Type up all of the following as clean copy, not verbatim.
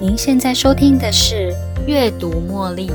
您现在收听的是阅读茉莉。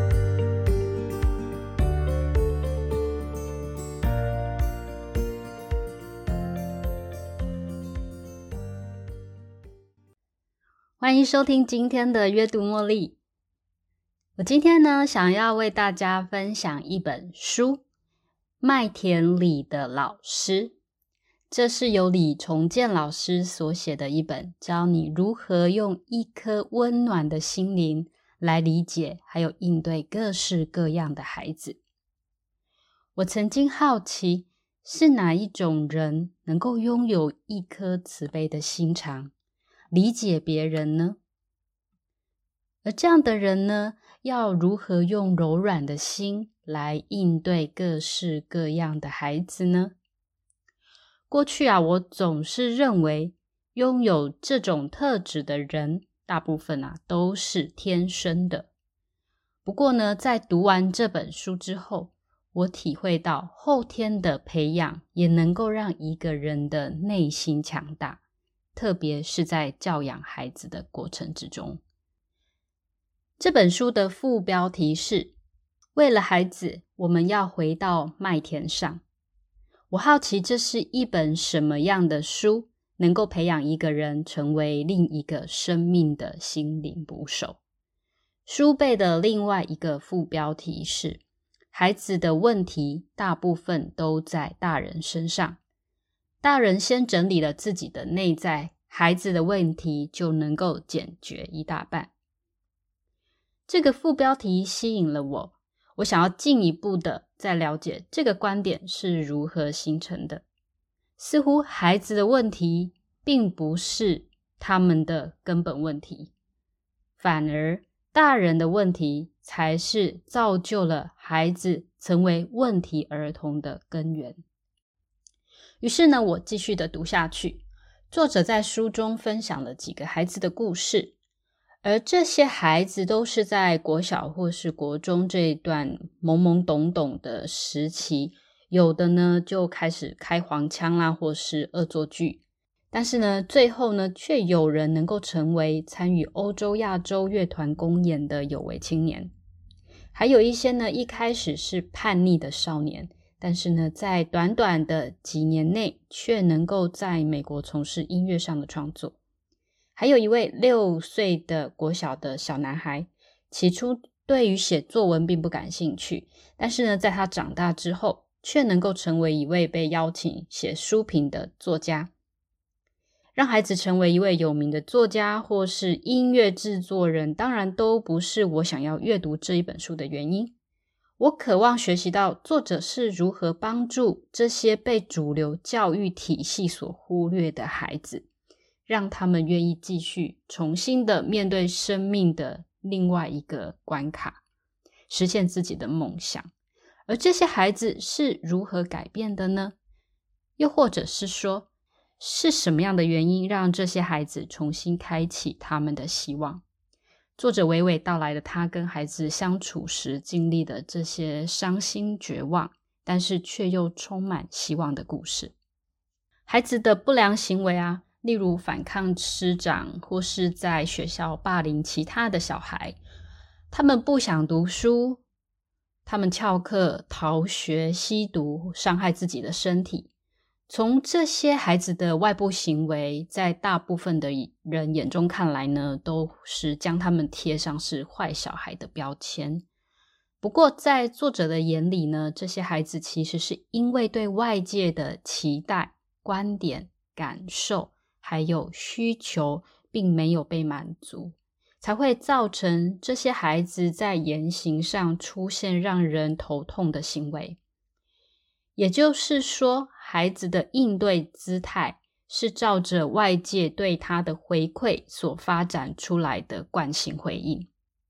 欢迎收听今天的阅读茉莉。我今天呢，想要为大家分享一本书《麦田里的老师》，这是由李崇建老师所写的一本教你如何用一颗温暖的心灵来理解还有应对各式各样的孩子。我曾经好奇，是哪一种人能够拥有一颗慈悲的心肠，理解别人呢？而这样的人呢，要如何用柔软的心来应对各式各样的孩子呢？过去我总是认为拥有这种特质的人，大部分都是天生的。不过呢，在读完这本书之后，我体会到后天的培养也能够让一个人的内心强大，特别是在教养孩子的过程之中。这本书的副标题是为了孩子，我们要回到麦田上。我好奇这是一本什么样的书，能够培养一个人成为另一个生命的心灵捕手。书背的另外一个副标题是孩子的问题大部分都在大人身上，大人先整理了自己的内在，孩子的问题就能够解决一大半。这个副标题吸引了我想要进一步的再了解这个观点是如何形成的。似乎孩子的问题并不是他们的根本问题，反而大人的问题才是造就了孩子成为问题儿童的根源。于是呢，我继续的读下去。作者在书中分享了几个孩子的故事，而这些孩子都是在国小或是国中这一段懵懵懂懂的时期，有的呢就开始开黄腔啦，或是恶作剧，但是呢最后呢却有人能够成为参与欧洲亚洲乐团公演的有为青年，还有一些呢一开始是叛逆的少年，但是呢在短短的几年内却能够在美国从事音乐上的创作。还有一位6岁的国小的小男孩，起初对于写作文并不感兴趣，但是呢在他长大之后却能够成为一位被邀请写书评的作家。让孩子成为一位有名的作家或是音乐制作人，当然都不是我想要阅读这一本书的原因。我渴望学习到作者是如何帮助这些被主流教育体系所忽略的孩子，让他们愿意继续重新的面对生命的另外一个关卡，实现自己的梦想。而这些孩子是如何改变的呢？又或者是说，是什么样的原因让这些孩子重新开启他们的希望？作者娓娓道来了他跟孩子相处时经历的这些伤心绝望，但是却又充满希望的故事。孩子的不良行为例如反抗师长，或是在学校霸凌其他的小孩，他们不想读书，他们翘课、逃学、吸毒，伤害自己的身体。从这些孩子的外部行为，在大部分的人眼中看来呢，都是将他们贴上是坏小孩的标签。不过在作者的眼里呢，这些孩子其实是因为对外界的期待、观点、感受还有需求并没有被满足，才会造成这些孩子在言行上出现让人头痛的行为。也就是说，孩子的应对姿态是照着外界对他的回馈所发展出来的惯性回应，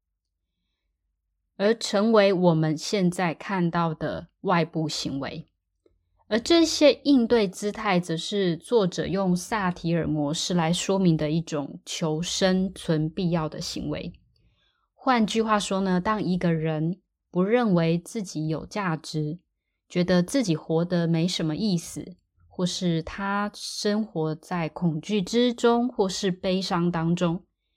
而成为我们现在看到的外部行为。而这些应对姿态则是作者用萨提尔模式来说明的一种求生存必要的行为。换句话说呢，当一个人不认为自己有价值，觉得自己活得没什么意思，或是他生活在恐惧之中，或是悲伤当中，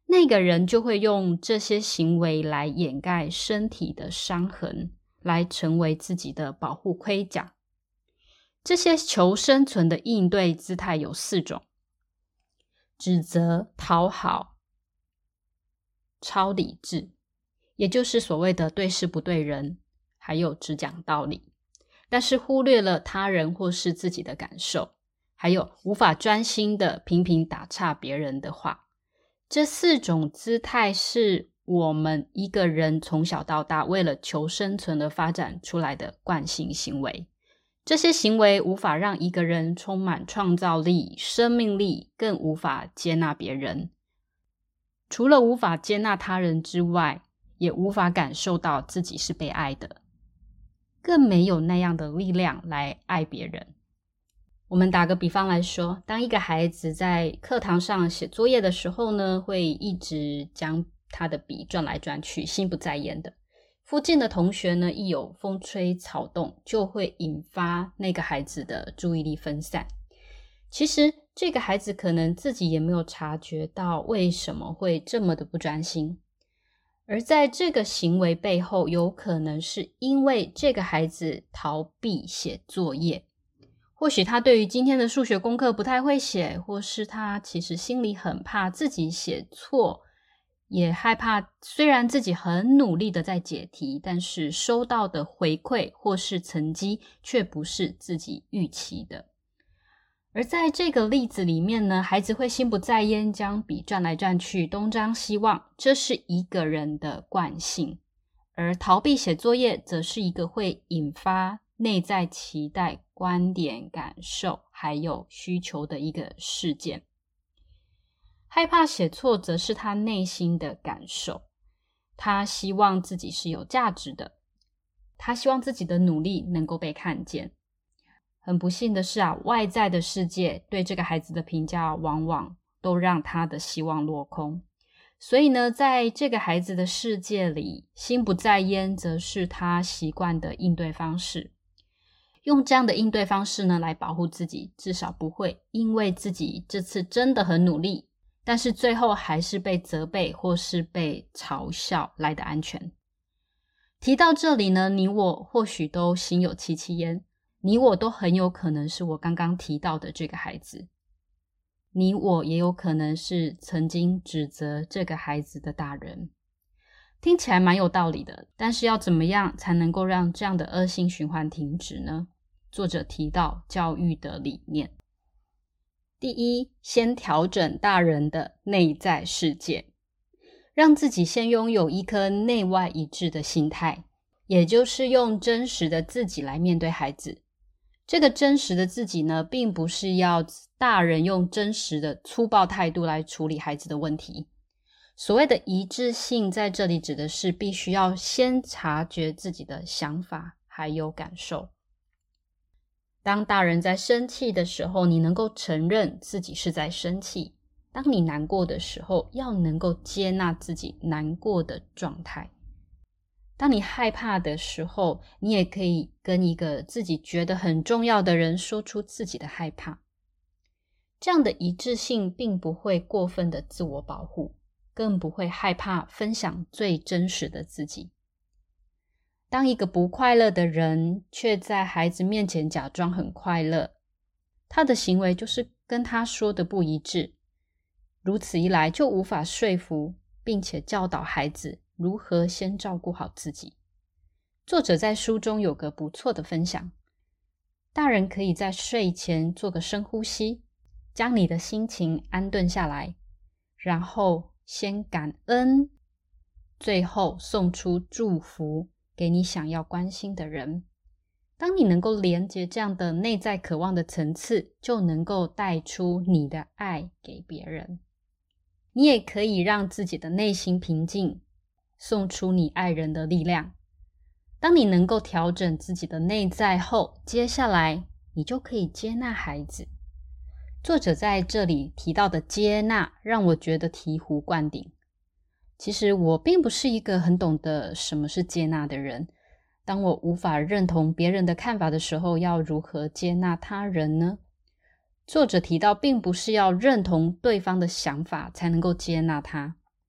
那个人就会用这些行为来掩盖身体的伤痕，来成为自己的保护盔甲。这些求生存的应对姿态有4种：指责、讨好、超理智，也就是所谓的对事不对人，还有只讲道理，但是忽略了他人或是自己的感受，还有无法专心的频频打岔别人的话。这4种姿态是我们一个人从小到大为了求生存而发展出来的惯性行为。这些行为无法让一个人充满创造力、生命力，更无法接纳别人。除了无法接纳他人之外，也无法感受到自己是被爱的，更没有那样的力量来爱别人。我们打个比方来说，当一个孩子在课堂上写作业的时候呢，会一直将他的笔转来转去，心不在焉的。附近的同学呢，一有风吹草动，就会引发那个孩子的注意力分散。其实这个孩子可能自己也没有察觉到为什么会这么的不专心，而在这个行为背后，有可能是因为这个孩子逃避写作业。或许他对于今天的数学功课不太会写，或是他其实心里很怕自己写错，也害怕虽然自己很努力的在解题，但是收到的回馈或是成绩却不是自己预期的。而在这个例子里面呢，孩子会心不在焉，将笔转来转去，东张西望，这是一个人的惯性。而逃避写作业则是一个会引发内在期待、观点、感受还有需求的一个事件。害怕写错则是他内心的感受，他希望自己是有价值的，他希望自己的努力能够被看见。很不幸的是外在的世界对这个孩子的评价往往都让他的希望落空。所以呢，在这个孩子的世界里，心不在焉则是他习惯的应对方式。用这样的应对方式呢，来保护自己，至少不会因为自己这次真的很努力，但是最后还是被责备或是被嘲笑来的安全。提到这里呢，你我或许都心有戚戚焉，你我都很有可能是我刚刚提到的这个孩子，你我也有可能是曾经指责这个孩子的大人。听起来蛮有道理的，但是要怎么样才能够让这样的恶性循环停止呢？作者提到教育的理念。第一，先调整大人的内在世界，让自己先拥有一颗内外一致的心态，也就是用真实的自己来面对孩子。这个真实的自己呢，并不是要大人用真实的粗暴态度来处理孩子的问题。所谓的一致性在这里指的是必须要先察觉自己的想法还有感受。当大人在生气的时候，你能够承认自己是在生气。当你难过的时候，要能够接纳自己难过的状态。当你害怕的时候，你也可以跟一个自己觉得很重要的人说出自己的害怕。这样的一致性并不会过分的自我保护，更不会害怕分享最真实的自己。当一个不快乐的人却在孩子面前假装很快乐，他的行为就是跟他说的不一致。如此一来，就无法说服并且教导孩子如何先照顾好自己。作者在书中有个不错的分享，大人可以在睡前做个深呼吸，将你的心情安顿下来，然后先感恩，最后送出祝福给你想要关心的人。当你能够连接这样的内在渴望的层次，就能够带出你的爱给别人。你也可以让自己的内心平静，送出你爱人的力量。当你能够调整自己的内在后，接下来你就可以接纳孩子。作者在这里提到的接纳，让我觉得醍醐灌顶。其实我并不是一个很懂得什么是接纳的人。当我无法认同别人的看法的时候，要如何接纳他人呢？作者提到，并不是要认同对方的想法才能够接纳他，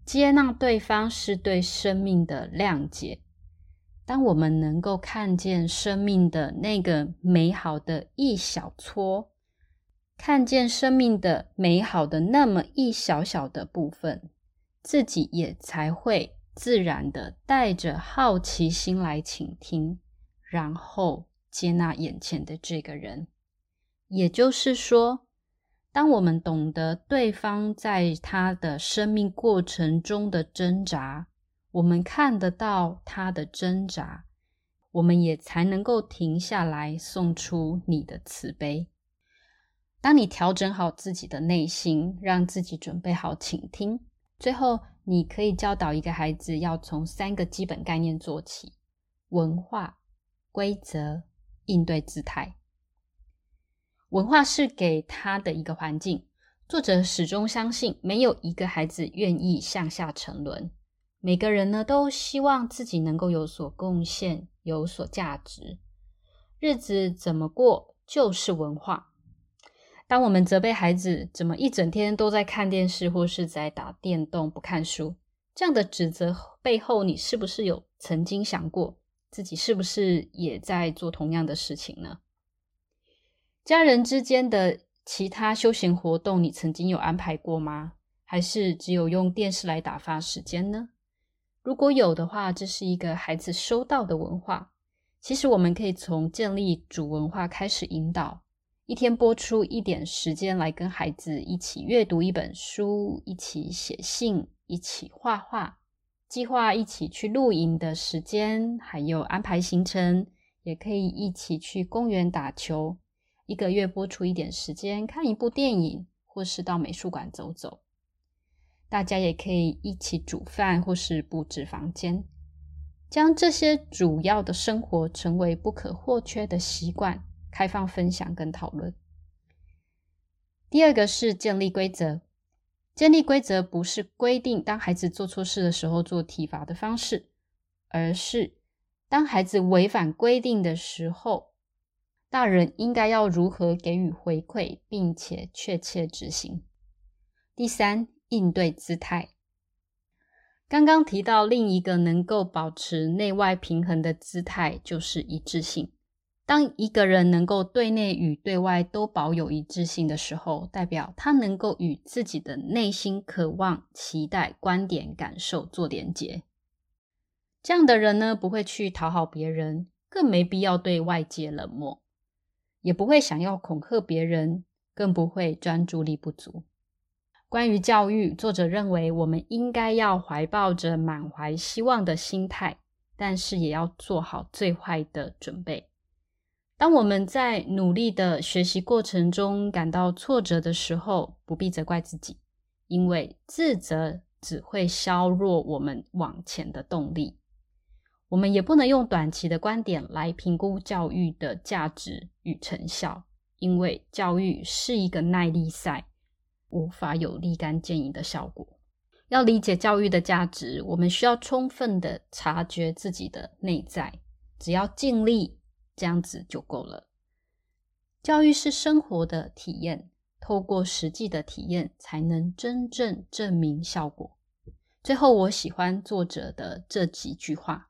接纳对方是对生命的谅解。当我们能够看见生命的那个美好的一小撮，看见生命的美好的那么一小小的部分，自己也才会自然的带着好奇心来倾听，然后接纳眼前的这个人。也就是说，当我们懂得对方在他的生命过程中的挣扎，我们看得到他的挣扎，我们也才能够停下来送出你的慈悲。当你调整好自己的内心，让自己准备好倾听，最后你可以教导一个孩子要从3个基本概念做起：文化、规则、应对姿态。文化是给他的一个环境，作者始终相信没有一个孩子愿意向下沉沦，每个人呢都希望自己能够有所贡献，有所价值。日子怎么过就是文化。当我们责备孩子怎么一整天都在看电视或是在打电动不看书，这样的指责背后，你是不是有曾经想过自己是不是也在做同样的事情呢？家人之间的其他休闲活动你曾经有安排过吗？还是只有用电视来打发时间呢？如果有的话，这是一个孩子收到的文化。其实我们可以从建立主文化开始引导，一天拨出一点时间来跟孩子一起阅读一本书，一起写信，一起画画，计划一起去露营的时间，还有安排行程，也可以一起去公园打球。1个月拨出一点时间看一部电影，或是到美术馆走走。大家也可以一起煮饭或是布置房间，将这些主要的生活成为不可或缺的习惯，开放分享跟讨论。第2个是建立规则。建立规则不是规定当孩子做错事的时候做体罚的方式，而是当孩子违反规定的时候，大人应该要如何给予回馈，并且确切执行。第3，应对姿态。刚刚提到另一个能够保持内外平衡的姿态就是一致性。当一个人能够对内与对外都保有一致性的时候，代表他能够与自己的内心渴望、期待、观点、感受做连结。这样的人呢，不会去讨好别人，更没必要对外界冷漠，也不会想要恐吓别人，更不会专注力不足。关于教育，作者认为我们应该要怀抱着满怀希望的心态，但是也要做好最坏的准备。当我们在努力的学习过程中感到挫折的时候，不必责怪自己，因为自责只会削弱我们往前的动力。我们也不能用短期的观点来评估教育的价值与成效，因为教育是一个耐力赛，无法有立竿见影的效果。要理解教育的价值，我们需要充分的察觉自己的内在，只要尽力，这样子就够了。教育是生活的体验，透过实际的体验才能真正证明效果。最后，我喜欢作者的这几句话：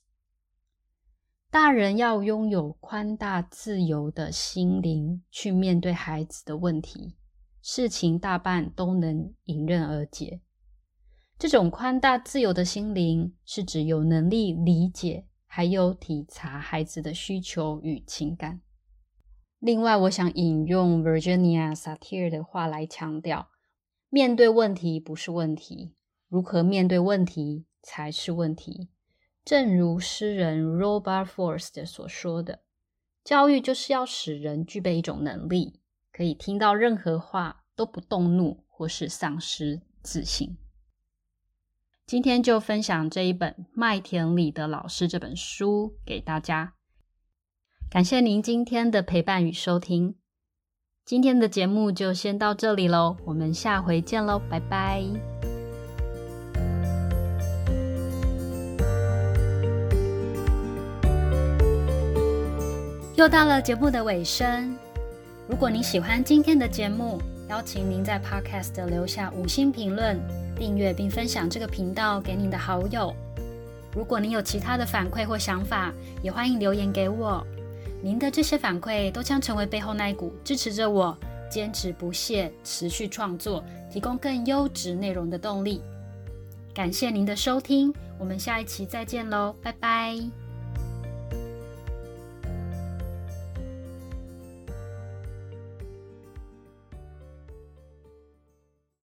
大人要拥有宽大自由的心灵去面对孩子的问题，事情大半都能迎刃而解。这种宽大自由的心灵是指有能力理解还有体察孩子的需求与情感。另外，我想引用 Virginia Satir 的话来强调，面对问题不是问题，如何面对问题才是问题。正如诗人 Robert Frost 所说的，教育就是要使人具备一种能力，可以听到任何话都不动怒或是丧失自信。今天就分享这一本《麦田里的老师》这本书给大家。感谢您今天的陪伴与收听。今天的节目就先到这里咯，我们下回见咯，拜拜。又到了节目的尾声，如果你喜欢今天的节目， 邀请您在 Podcast 留下5星评论，订阅并分享这个频道给您的好友。如果您有其他的反馈或想法，也欢迎留言给我。您的这些反馈都将成为背后那一股支持着我坚持不懈、持续创作、提供更优质内容的动力。感谢您的收听，我们下一期再见喽，拜拜。